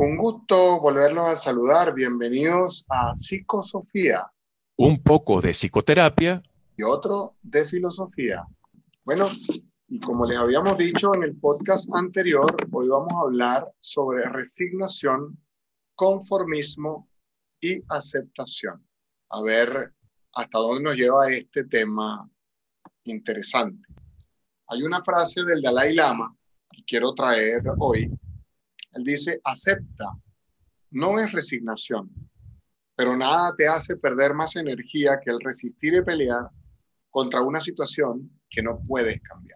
Un gusto volverlos a saludar. Bienvenidos a Psicosofía Un poco de psicoterapia. y otro de filosofía. Bueno, y como les habíamos dicho en el podcast anterior, hoy vamos a hablar sobre resignación, conformismo y aceptación. A ver hasta dónde nos lleva este tema interesante. Hay una frase del Dalai Lama que quiero traer hoy. Él dice: acepta, no es resignación, pero nada te hace perder más energía que el resistir y pelear contra una situación que no puedes cambiar.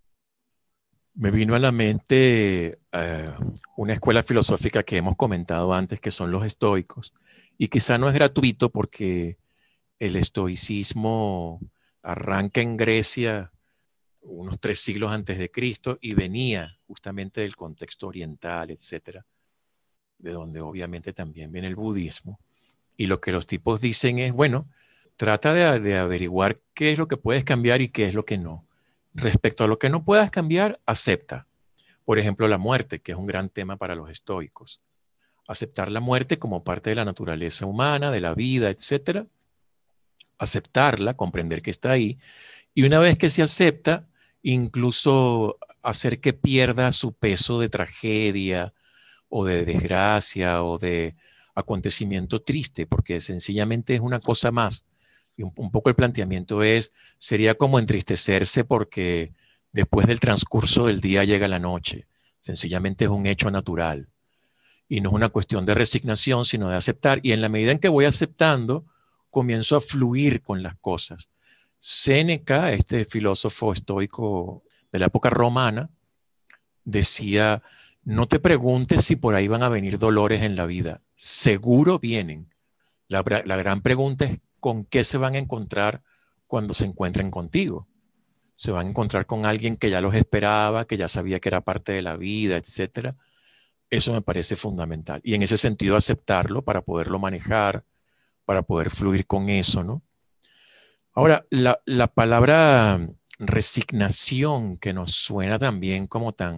Me vino a la mente una escuela filosófica que hemos comentado antes, que son los estoicos, y quizá no es gratuito porque el estoicismo arranca en Grecia unos 3 siglos antes de Cristo y venía justamente del contexto oriental, etcétera, de donde obviamente también viene el budismo. Y lo que los tipos dicen es, bueno, trata de averiguar qué es lo que puedes cambiar y qué es lo que no. Respecto a lo que no puedas cambiar, acepta. Por ejemplo, la muerte, que es un gran tema para los estoicos. Aceptar la muerte como parte de la naturaleza humana, de la vida, etcétera. Aceptarla, comprender que está ahí. Y una vez que se acepta, incluso hacer que pierda su peso de tragedia o de desgracia o de acontecimiento triste, porque sencillamente es una cosa más. Y un poco el planteamiento sería como entristecerse porque después del transcurso del día llega la noche. Sencillamente es un hecho natural. Y no es una cuestión de resignación, sino de aceptar. Y en la medida en que voy aceptando, comienzo a fluir con las cosas. Séneca, este filósofo estoico de la época romana, decía: no te preguntes si por ahí van a venir dolores en la vida. Seguro vienen. La gran pregunta es con qué se van a encontrar cuando se encuentren contigo. Se van a encontrar con alguien que ya los esperaba, que ya sabía que era parte de la vida, etcétera. Eso me parece fundamental. Y en ese sentido aceptarlo para poderlo manejar, para poder fluir con eso, ¿no? Ahora, la palabra resignación, que nos suena también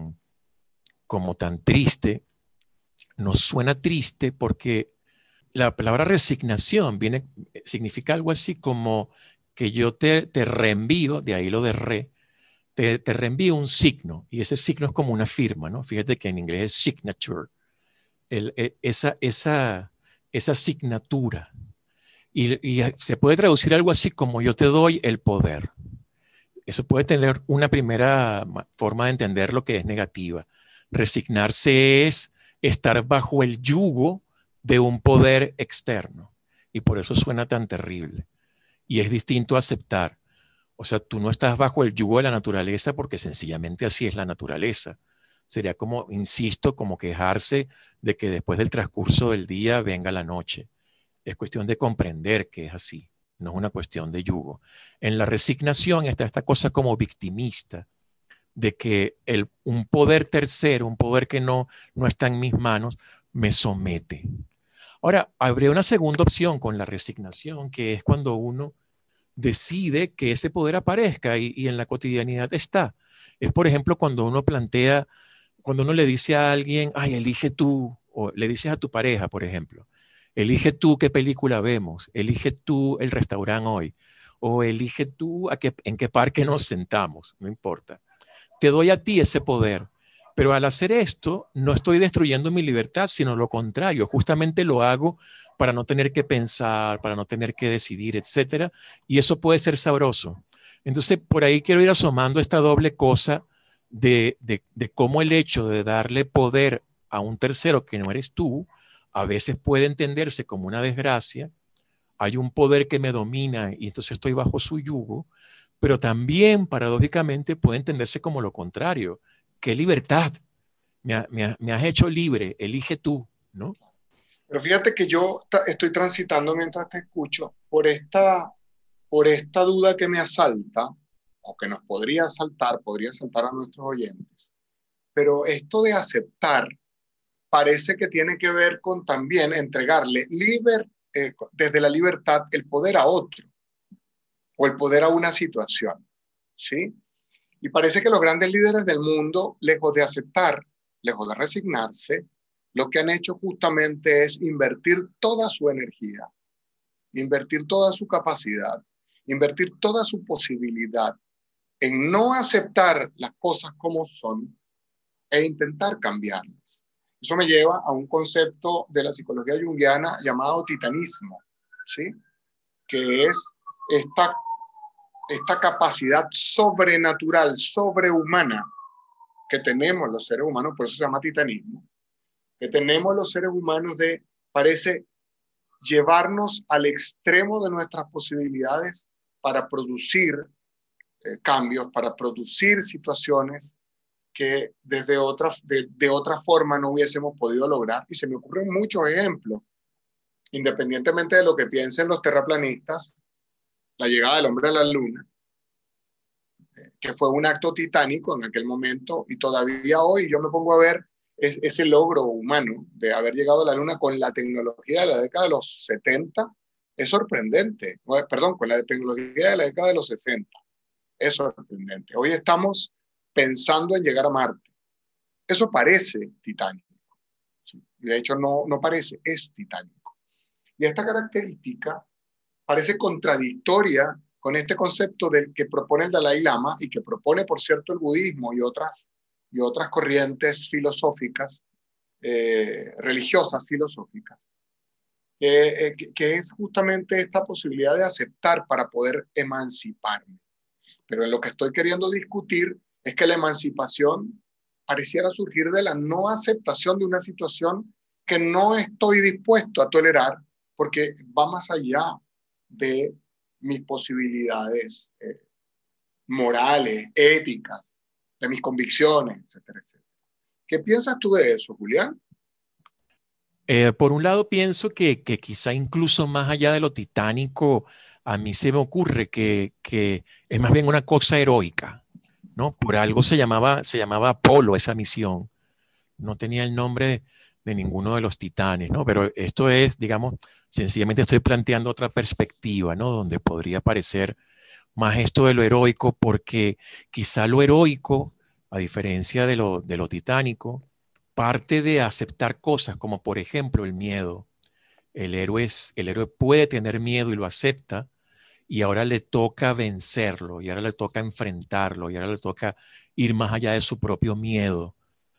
como tan triste, nos suena triste porque la palabra resignación significa algo así como que yo te reenvío, de ahí lo de te reenvío un signo, y ese signo es como una firma, ¿no? Fíjate que en inglés es signature, esa asignatura. Y se puede traducir algo así como yo te doy el poder. Eso puede tener una primera forma de entender lo que es negativa. Resignarse es estar bajo el yugo de un poder externo. Y por eso suena tan terrible. Y es distinto a aceptar. O sea, tú no estás bajo el yugo de la naturaleza porque sencillamente así es la naturaleza. Sería como, insisto, como quejarse de que después del transcurso del día venga la noche. Es cuestión de comprender que es así, no es una cuestión de yugo. En la resignación está esta cosa como victimista, de que un poder tercero, un poder que no está en mis manos, me somete. Ahora, habría una segunda opción con la resignación, que es cuando uno decide que ese poder aparezca y en la cotidianidad está. Es, por ejemplo, cuando uno le dice a alguien: ay, elige tú, o le dices a tu pareja, por ejemplo, elige tú qué película vemos, elige tú el restaurante hoy, o elige tú en qué parque nos sentamos, no importa. Te doy a ti ese poder. Pero al hacer esto, no estoy destruyendo mi libertad, sino lo contrario. Justamente lo hago para no tener que pensar, para no tener que decidir, etcétera. Y eso puede ser sabroso. Entonces, por ahí quiero ir asomando esta doble cosa de cómo el hecho de darle poder a un tercero que no eres tú, a veces puede entenderse como una desgracia. Hay un poder que me domina y entonces estoy bajo su yugo, pero también paradójicamente puede entenderse como lo contrario. ¡Qué libertad! Me has hecho libre, elige tú, ¿no? Pero fíjate que yo estoy transitando mientras te escucho por esta duda que me asalta, o que nos podría asaltar a nuestros oyentes. Pero esto de aceptar parece que tiene que ver con también entregarle desde la libertad el poder a otro o el poder a una situación, ¿sí? Y parece que los grandes líderes del mundo, lejos de aceptar, lejos de resignarse, lo que han hecho justamente es invertir toda su energía, invertir toda su capacidad, invertir toda su posibilidad en no aceptar las cosas como son e intentar cambiarlas. Eso me lleva a un concepto de la psicología junguiana llamado titanismo, ¿sí? Que es esta capacidad sobrenatural, sobrehumana que tenemos los seres humanos, por eso se llama titanismo, que tenemos los seres humanos de, parece, llevarnos al extremo de nuestras posibilidades para producir cambios, para producir situaciones que de otra forma no hubiésemos podido lograr. Y se me ocurren muchos ejemplos, independientemente de lo que piensen los terraplanistas, la llegada del hombre a la luna, que fue un acto titánico en aquel momento, y todavía hoy yo me pongo a ver ese logro humano de haber llegado a la luna con la tecnología de la década de los 70, es sorprendente. Perdón, con la tecnología de la década de los 60, es sorprendente. Hoy estamos pensando en llegar a Marte. Eso parece titánico. ¿Sí? De hecho, no parece, es titánico. Y esta característica parece contradictoria con este concepto del que propone el Dalai Lama y que propone, por cierto, el budismo y otras corrientes filosóficas, religiosas filosóficas, que es justamente esta posibilidad de aceptar para poder emanciparme. Pero en lo que estoy queriendo discutir es que la emancipación pareciera surgir de la no aceptación de una situación que no estoy dispuesto a tolerar porque va más allá de mis posibilidades morales, éticas, de mis convicciones, etcétera, etcétera. ¿Qué piensas tú de eso, Julián? Por un lado, pienso que quizá incluso más allá de lo titánico, a mí se me ocurre que es más bien una cosa heroica, ¿no? Por algo se llamaba Apolo esa misión. No tenía el nombre de ninguno de los titanes, ¿no? Pero esto es, digamos, sencillamente estoy planteando otra perspectiva, ¿no? Donde podría parecer más esto de lo heroico, porque quizá lo heroico, a diferencia de lo titánico, parte de aceptar cosas como por ejemplo el miedo. El héroe puede tener miedo y lo acepta, y ahora le toca vencerlo, y ahora le toca enfrentarlo, y ahora le toca ir más allá de su propio miedo.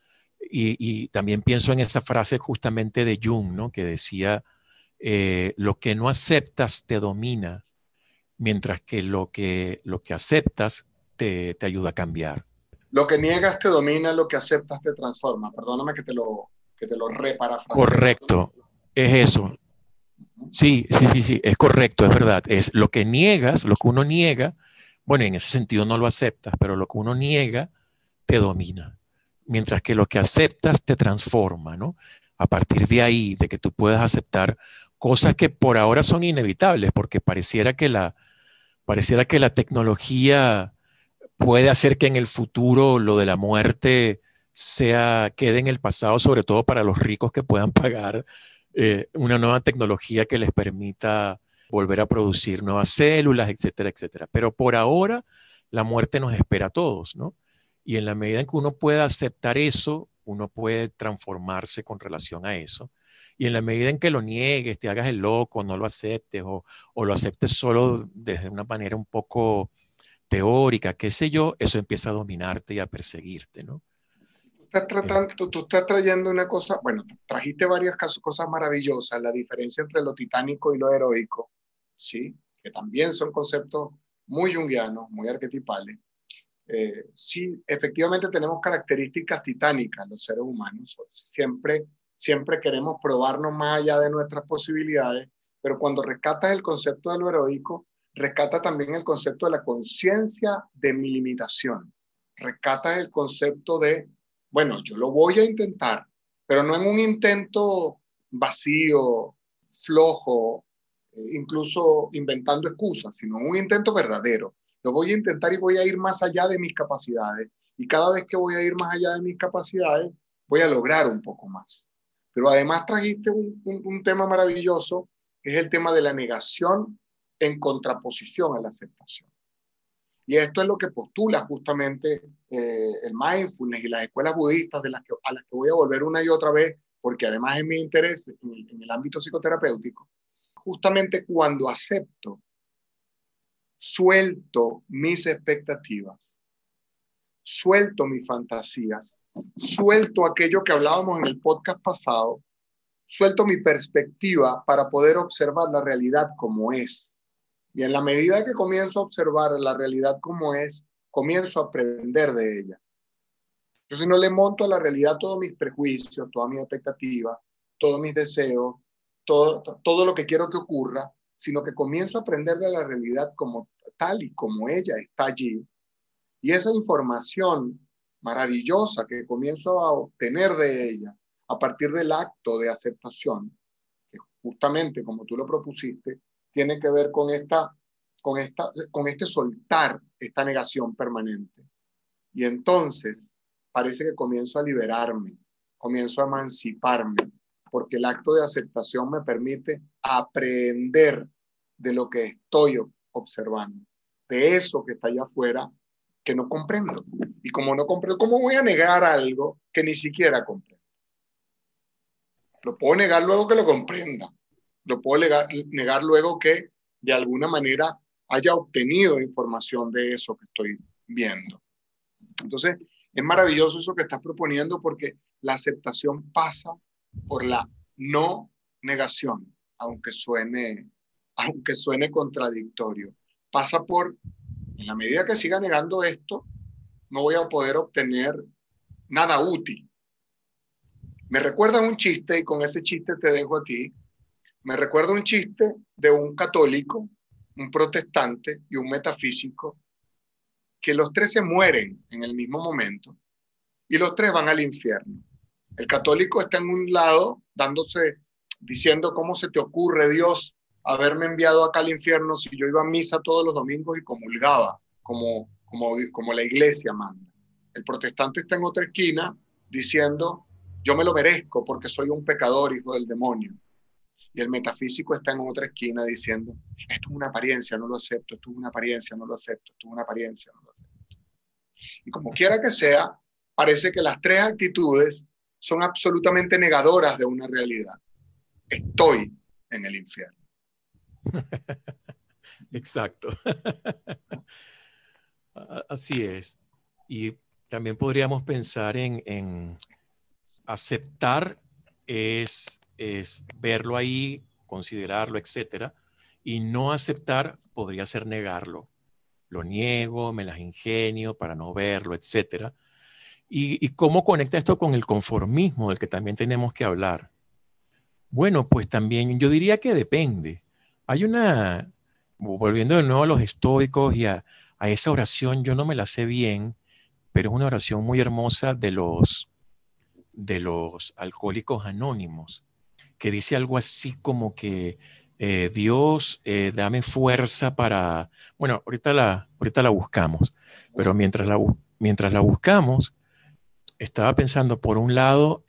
Y también pienso en esa frase justamente de Jung, ¿no? Que decía, lo que no aceptas te domina, mientras que lo que aceptas te ayuda a cambiar. Lo que niegas te domina, lo que aceptas te transforma. Perdóname que te lo reparafraseo. Correcto, es eso. Sí, sí, sí, sí, es correcto, es verdad. Es lo que niegas, lo que uno niega, bueno, en ese sentido no lo aceptas, pero lo que uno niega te domina, mientras que lo que aceptas te transforma, ¿no? A partir de ahí, de que tú puedas aceptar cosas que por ahora son inevitables, porque pareciera que la tecnología puede hacer que en el futuro lo de la muerte quede en el pasado, sobre todo para los ricos que puedan pagar una nueva tecnología que les permita volver a producir nuevas células, etcétera, etcétera. Pero por ahora la muerte nos espera a todos, ¿no? Y en la medida en que uno pueda aceptar eso, uno puede transformarse con relación a eso. Y en la medida en que lo niegues, te hagas el loco, no lo aceptes o lo aceptes solo desde una manera un poco teórica, qué sé yo, eso empieza a dominarte y a perseguirte, ¿no? Eh, Tú estás trayendo una cosa, bueno, trajiste varias cosas maravillosas, la diferencia entre lo titánico y lo heroico, ¿sí? Que también son conceptos muy junguianos, muy arquetipales. Sí, efectivamente tenemos características titánicas los seres humanos. Siempre queremos probarnos más allá de nuestras posibilidades, pero cuando rescatas el concepto de lo heroico, rescata también el concepto de la conciencia de mi limitación. Rescatas el concepto de, bueno, yo lo voy a intentar, pero no en un intento vacío, flojo, incluso inventando excusas, sino en un intento verdadero. Lo voy a intentar y voy a ir más allá de mis capacidades. Y cada vez que voy a ir más allá de mis capacidades, voy a lograr un poco más. Pero además trajiste un tema maravilloso, que es el tema de la negación en contraposición a la aceptación. Y esto es lo que postula justamente el mindfulness y las escuelas budistas a las que voy a volver una y otra vez porque además es mi interés en el ámbito psicoterapéutico, justamente cuando acepto, suelto mis expectativas, suelto mis fantasías, suelto aquello que hablábamos en el podcast pasado, suelto mi perspectiva para poder observar la realidad como es. Y en la medida que comienzo a observar la realidad como es, comienzo a aprender de ella. Entonces no le monto a la realidad todos mis prejuicios, todas mis expectativas, todos mis deseos, todo lo que quiero que ocurra, sino que comienzo a aprender de la realidad como tal y como ella está allí. Y esa información maravillosa que comienzo a obtener de ella a partir del acto de aceptación, que justamente como tú lo propusiste, tiene que ver con este soltar esta negación permanente. Y entonces parece que comienzo a liberarme, comienzo a emanciparme, porque el acto de aceptación me permite aprender de lo que estoy observando, de eso que está allá afuera que no comprendo. Y como no comprendo, ¿cómo voy a negar algo que ni siquiera comprendo? Lo puedo negar luego que lo comprenda. Lo puedo negar luego que de alguna manera haya obtenido información de eso que estoy viendo. Entonces, es maravilloso eso que estás proponiendo porque la aceptación pasa por la no negación, aunque suene contradictorio. Pasa por, en la medida que siga negando esto, no voy a poder obtener nada útil. Me recuerda un chiste, y con ese chiste te dejo a ti, me recuerda un chiste de un católico, un protestante y un metafísico, que los tres se mueren en el mismo momento y los tres van al infierno. El católico está en un lado diciendo cómo se te ocurre, Dios, haberme enviado acá al infierno si yo iba a misa todos los domingos y comulgaba, como la iglesia manda. El protestante está en otra esquina diciendo, yo me lo merezco porque soy un pecador, hijo del demonio. Y el metafísico está en otra esquina diciendo, esto es una apariencia, no lo acepto, esto es una apariencia, no lo acepto, esto es una apariencia, no lo acepto. Y como quiera que sea, parece que las tres actitudes son absolutamente negadoras de una realidad. Estoy en el infierno. Exacto. Así es. Y también podríamos pensar en aceptar es verlo ahí, considerarlo, etcétera. Y no aceptar podría ser negarlo. Lo niego, me las ingenio para no verlo, etcétera. ¿Y cómo conecta esto con el conformismo del que también tenemos que hablar? Bueno, pues también yo diría que depende. Hay volviendo de nuevo a los estoicos y a esa oración, yo no me la sé bien, pero es una oración muy hermosa de los alcohólicos anónimos, que dice algo así como que Dios, dame fuerza para... Bueno, ahorita la buscamos, pero mientras la buscamos, estaba pensando por un lado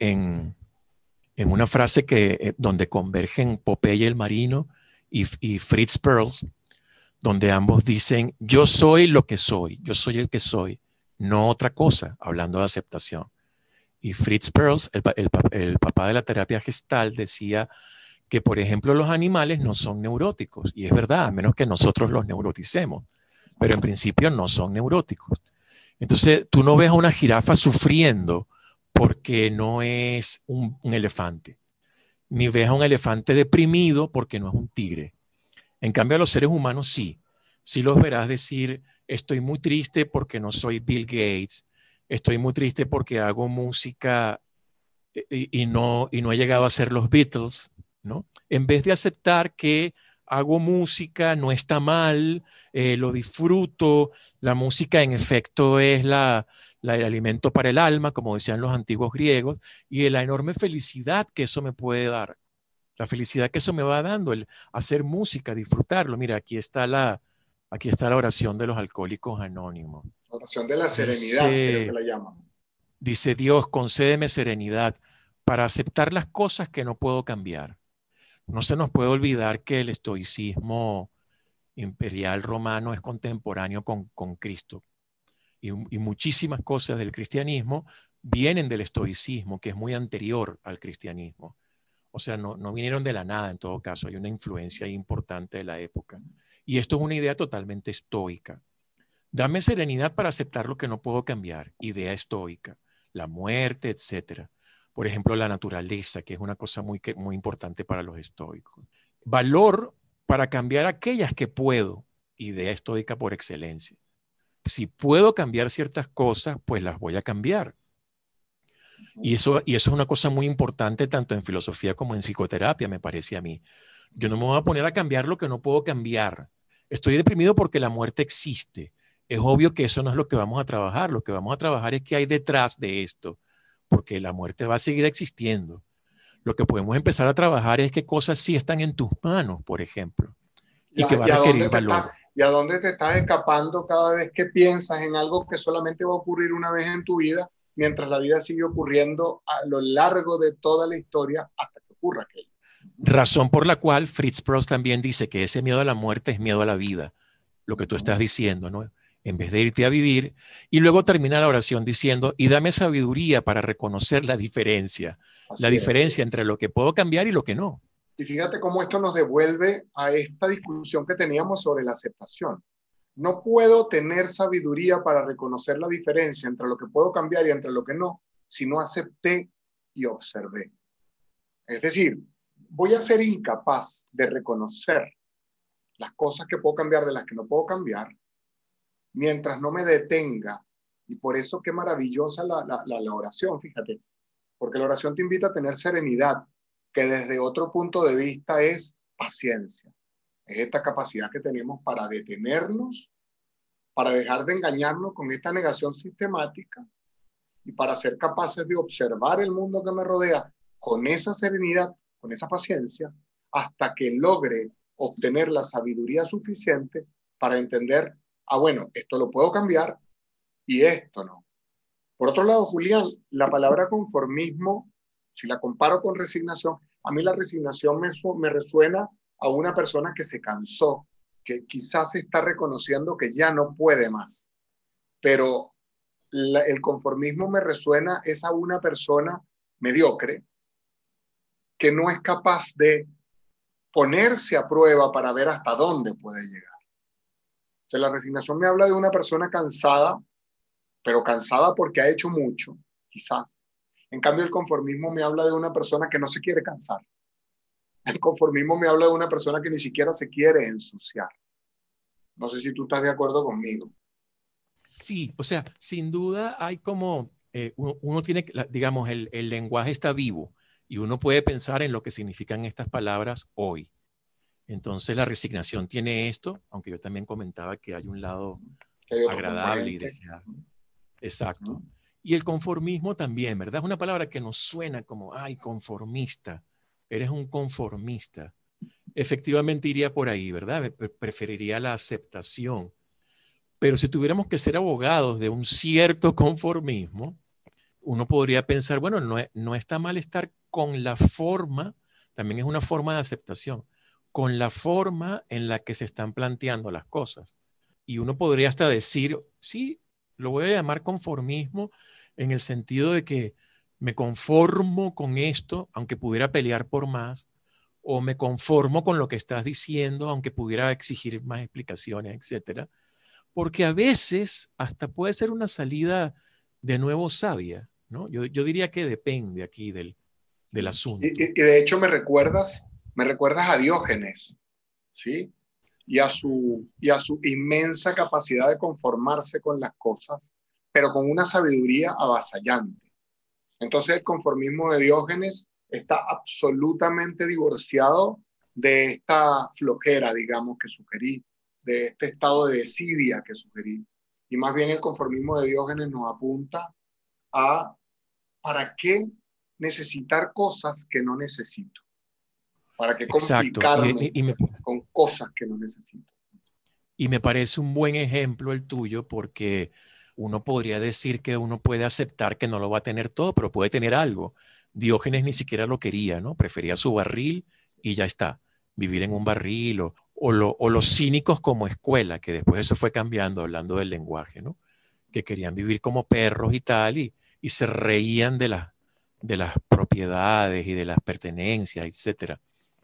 en una frase donde convergen Popeye el marino y Fritz Perls, donde ambos dicen, yo soy lo que soy, yo soy el que soy, no otra cosa, hablando de aceptación. Y Fritz Perls, el papá de la terapia gestal, decía que, por ejemplo, los animales no son neuróticos. Y es verdad, a menos que nosotros los neuroticemos. Pero en principio no son neuróticos. Entonces, tú no ves a una jirafa sufriendo porque no es un elefante. Ni ves a un elefante deprimido porque no es un tigre. En cambio, a los seres humanos sí. Sí los verás decir, estoy muy triste porque no soy Bill Gates. Estoy muy triste porque hago música y no he llegado a ser los Beatles, ¿no? En vez de aceptar que hago música, no está mal, lo disfruto, la música en efecto es el alimento para el alma, como decían los antiguos griegos, y de la enorme felicidad que eso me puede dar, la felicidad que eso me va dando, el hacer música, disfrutarlo. Mira, aquí está la oración de los alcohólicos anónimos. La oración de la serenidad, creo que Dice, la llaman. dice Dios, concédeme serenidad para aceptar las cosas que no puedo cambiar. No se nos puede olvidar que el estoicismo imperial romano es contemporáneo con Cristo y muchísimas cosas del cristianismo vienen del estoicismo, que es muy anterior al cristianismo. O sea, no vinieron de la nada en todo caso, hay una influencia importante de la época. Y esto es una idea totalmente estoica. Dame serenidad para aceptar lo que no puedo cambiar, idea estoica, la muerte, etcétera. Por ejemplo, la naturaleza, que es una cosa muy importante para los estoicos. Valor para cambiar aquellas que puedo, idea estoica por excelencia. Si puedo cambiar ciertas cosas, pues las voy a cambiar. Y eso es una cosa muy importante tanto en filosofía como en psicoterapia, me parece a mí. Yo no me voy a poner a cambiar lo que no puedo cambiar. Estoy deprimido porque la muerte existe. Es obvio que eso no es lo que vamos a trabajar. Lo que vamos a trabajar es qué hay detrás de esto, porque la muerte va a seguir existiendo. Lo que podemos empezar a trabajar es qué cosas sí están en tus manos, por ejemplo, y que va a requerir valor. ¿Y a dónde te estás escapando cada vez que piensas en algo que solamente va a ocurrir una vez en tu vida, mientras la vida sigue ocurriendo a lo largo de toda la historia hasta que ocurra aquello? Razón por la cual Fritz Perls también dice que ese miedo a la muerte es miedo a la vida, lo que tú estás diciendo, ¿no? En vez de irte a vivir, y luego termina la oración diciendo, y dame sabiduría para reconocer la diferencia entre lo que puedo cambiar y lo que no. Y fíjate cómo esto nos devuelve a esta discusión que teníamos sobre la aceptación. No puedo tener sabiduría para reconocer la diferencia entre lo que puedo cambiar y entre lo que no, si no acepté y observé. Es decir, voy a ser incapaz de reconocer las cosas que puedo cambiar de las que no puedo cambiar, mientras no me detenga. Y por eso qué maravillosa la oración, fíjate, porque la oración te invita a tener serenidad, que desde otro punto de vista es paciencia. Es esta capacidad que tenemos para detenernos, para dejar de engañarnos con esta negación sistemática y para ser capaces de observar el mundo que me rodea con esa serenidad, con esa paciencia, hasta que logre obtener la sabiduría suficiente para entender, bueno, esto lo puedo cambiar y esto no. Por otro lado, Julián, la palabra conformismo, si la comparo con resignación, a mí la resignación me resuena a una persona que se cansó, que quizás está reconociendo que ya no puede más. Pero el conformismo me resuena es a una persona mediocre que no es capaz de ponerse a prueba para ver hasta dónde puede llegar. O sea, la resignación me habla de una persona cansada, pero cansada porque ha hecho mucho, quizás. En cambio, el conformismo me habla de una persona que no se quiere cansar. El conformismo me habla de una persona que ni siquiera se quiere ensuciar. No sé si tú estás de acuerdo conmigo. Sí, o sea, sin duda hay como, uno tiene, digamos, el lenguaje está vivo y uno puede pensar en lo que significan estas palabras hoy. Entonces la resignación tiene esto, aunque yo también comentaba que hay un lado agradable y deseable. Exacto. Y el conformismo también, ¿verdad? Es una palabra que nos suena como, ay, conformista, eres un conformista. Efectivamente iría por ahí, ¿verdad? Preferiría la aceptación. Pero si tuviéramos que ser abogados de un cierto conformismo, uno podría pensar, bueno, no está mal estar con la forma, también es una forma de aceptación, con la forma en la que se están planteando las cosas. Y uno podría hasta decir, sí, lo voy a llamar conformismo en el sentido de que me conformo con esto, aunque pudiera pelear por más, o me conformo con lo que estás diciendo, aunque pudiera exigir más explicaciones, etcétera. Porque a veces hasta puede ser una salida de nuevo sabia, ¿no? Yo diría que depende aquí del asunto. Y de hecho me recuerdas a Diógenes, ¿sí? Y a su inmensa capacidad de conformarse con las cosas, pero con una sabiduría avasallante. Entonces el conformismo de Diógenes está absolutamente divorciado de esta flojera, digamos, que sugerí, de este estado de desidia que sugerí. Y más bien el conformismo de Diógenes nos apunta a ¿para qué necesitar cosas que no necesito? ¿Para qué complicarme con cosas que no necesito? Y me parece un buen ejemplo el tuyo porque uno podría decir que uno puede aceptar que no lo va a tener todo, pero puede tener algo. Diógenes ni siquiera lo quería, ¿no? Prefería su barril y ya está. Vivir en un barril o los cínicos como escuela, que después eso fue cambiando, hablando del lenguaje, ¿no? Que querían vivir como perros y tal, y y se reían de las propiedades y de las pertenencias, etcétera.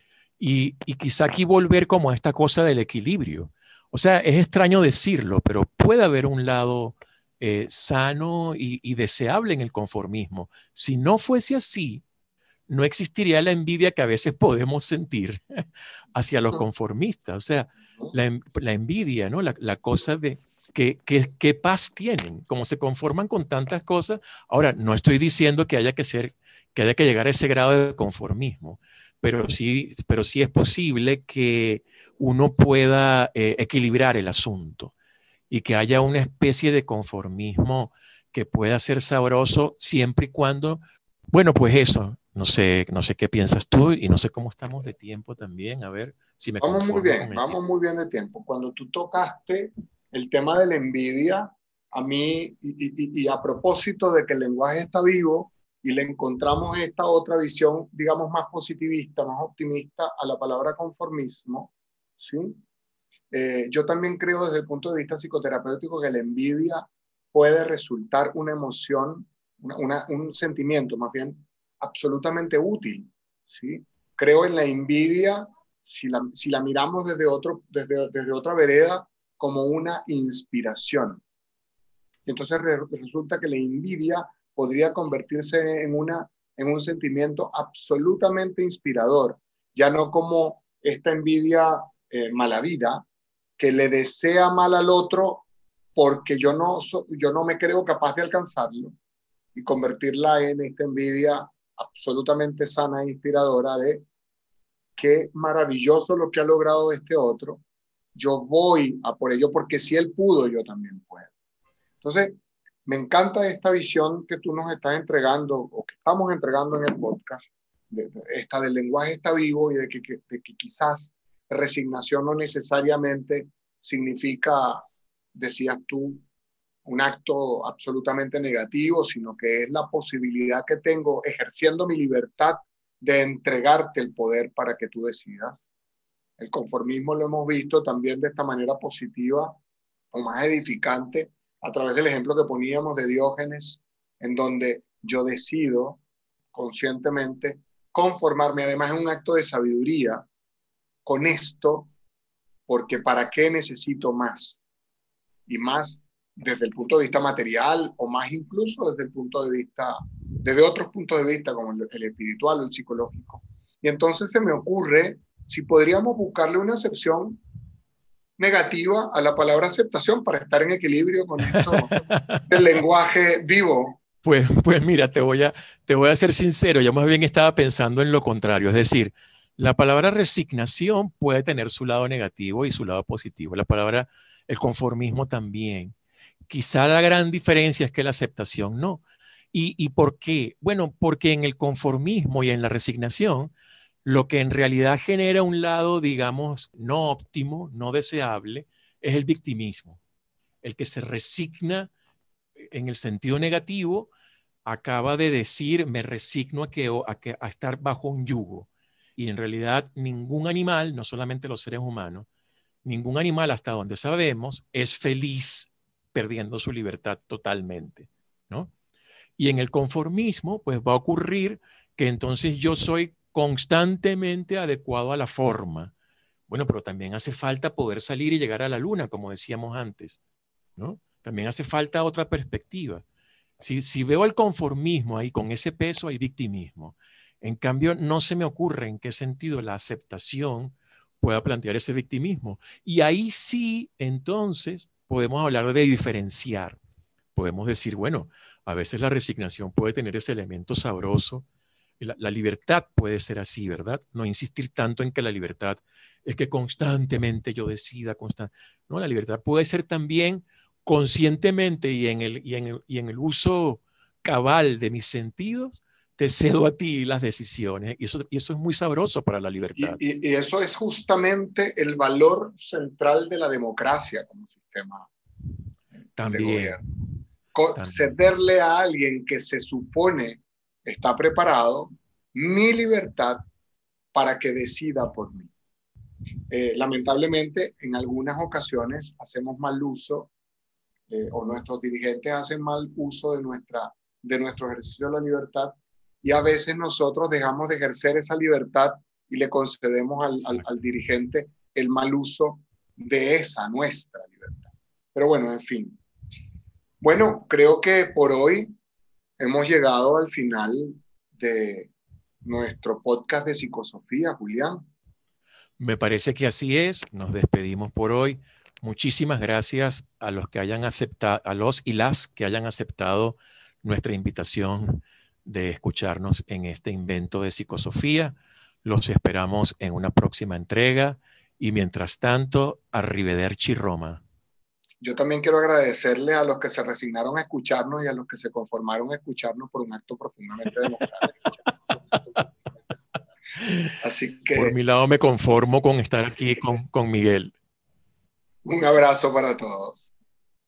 Y quizá aquí volver como a esta cosa del equilibrio. O sea, es extraño decirlo, pero puede haber un lado sano y deseable en el conformismo. Si no fuese así, no existiría la envidia que a veces podemos sentir hacia los conformistas. O sea, la envidia, ¿no? La cosa de qué paz tienen, como se conforman con tantas cosas. Ahora, no estoy diciendo que haya que llegar a ese grado de conformismo, pero sí es posible que uno pueda equilibrar el asunto y que haya una especie de conformismo que pueda ser sabroso siempre y cuando, bueno, pues eso, no sé qué piensas tú y no sé cómo estamos de tiempo también, a ver si me conformo con el tiempo. Vamos muy bien de tiempo. Cuando tú tocaste el tema de la envidia, a mí, y a propósito de que el lenguaje está vivo y le encontramos esta otra visión, digamos, más positivista, más optimista a la palabra conformismo, ¿sí? Yo también creo desde el punto de vista psicoterapéutico que la envidia puede resultar una emoción, un sentimiento más bien absolutamente útil, ¿sí? Creo en la envidia si la miramos desde otra vereda como una inspiración. Y entonces resulta que la envidia podría convertirse en un sentimiento absolutamente inspirador, ya no como esta envidia mala vida, que le desea mal al otro porque yo no me creo capaz de alcanzarlo, y convertirla en esta envidia absolutamente sana e inspiradora de qué maravilloso lo que ha logrado este otro, yo voy a por ello porque si él pudo, yo también puedo. Entonces, me encanta esta visión que tú nos estás entregando o que estamos entregando en el podcast, esta del lenguaje está vivo y de que quizás resignación no necesariamente significa, decías tú, un acto absolutamente negativo, sino que es la posibilidad que tengo ejerciendo mi libertad de entregarte el poder para que tú decidas. El conformismo lo hemos visto también de esta manera positiva o más edificante a través del ejemplo que poníamos de Diógenes, en donde yo decido conscientemente conformarme, además es un acto de sabiduría, con esto, porque ¿para qué necesito más? Y más desde el punto de vista material o más incluso desde el punto de vista, desde otros puntos de vista como el espiritual o el psicológico. Y entonces se me ocurre si podríamos buscarle una acepción negativa a la palabra aceptación para estar en equilibrio con esto del lenguaje vivo. Pues mira, te voy a ser sincero, yo más bien estaba pensando en lo contrario, es decir, la palabra resignación puede tener su lado negativo y su lado positivo, el conformismo también. Quizá la gran diferencia es que la aceptación no. ¿Y por qué? Bueno, porque en el conformismo y en la resignación, lo que en realidad genera un lado, digamos, no óptimo, no deseable, es el victimismo. El que se resigna en el sentido negativo acaba de decir, me resigno a estar bajo un yugo. Y en realidad ningún animal, no solamente los seres humanos, ningún animal hasta donde sabemos es feliz perdiendo su libertad totalmente, ¿no? Y en el conformismo, pues va a ocurrir que entonces yo soy constantemente adecuado a la forma. Bueno, pero también hace falta poder salir y llegar a la luna, como decíamos antes, ¿no? También hace falta otra perspectiva. Si veo el conformismo ahí con ese peso, hay victimismo. En cambio, no se me ocurre en qué sentido la aceptación pueda plantear ese victimismo. Y ahí sí, entonces, podemos hablar de diferenciar. Podemos decir, bueno, a veces la resignación puede tener ese elemento sabroso. La libertad puede ser así, ¿verdad? No insistir tanto en que la libertad es que constantemente yo decida. No, la libertad puede ser también conscientemente y en el uso cabal de mis sentidos, te cedo a ti las decisiones. Y eso es muy sabroso para la libertad. Y eso es justamente el valor central de la democracia como sistema de También, gobierno. también. Cederle a alguien que se supone está preparado mi libertad para que decida por mí. Lamentablemente, en algunas ocasiones hacemos mal uso o nuestros dirigentes hacen mal uso de nuestro ejercicio de la libertad, y a veces nosotros dejamos de ejercer esa libertad y le concedemos al dirigente el mal uso de esa nuestra libertad. Pero bueno, en fin. Bueno, creo que por hoy hemos llegado al final de nuestro podcast de psicosofía, Julián. Me parece que así es. Nos despedimos por hoy. Muchísimas gracias a los que hayan aceptado, a los y las que hayan aceptado nuestra invitación de escucharnos en este invento de psicosofía. Los esperamos en una próxima entrega y mientras tanto, arrivederci Roma. Yo también quiero agradecerle a los que se resignaron a escucharnos y a los que se conformaron a escucharnos por un acto profundamente democrático. Así que por mi lado me conformo con estar aquí con Miguel. Un abrazo para todos.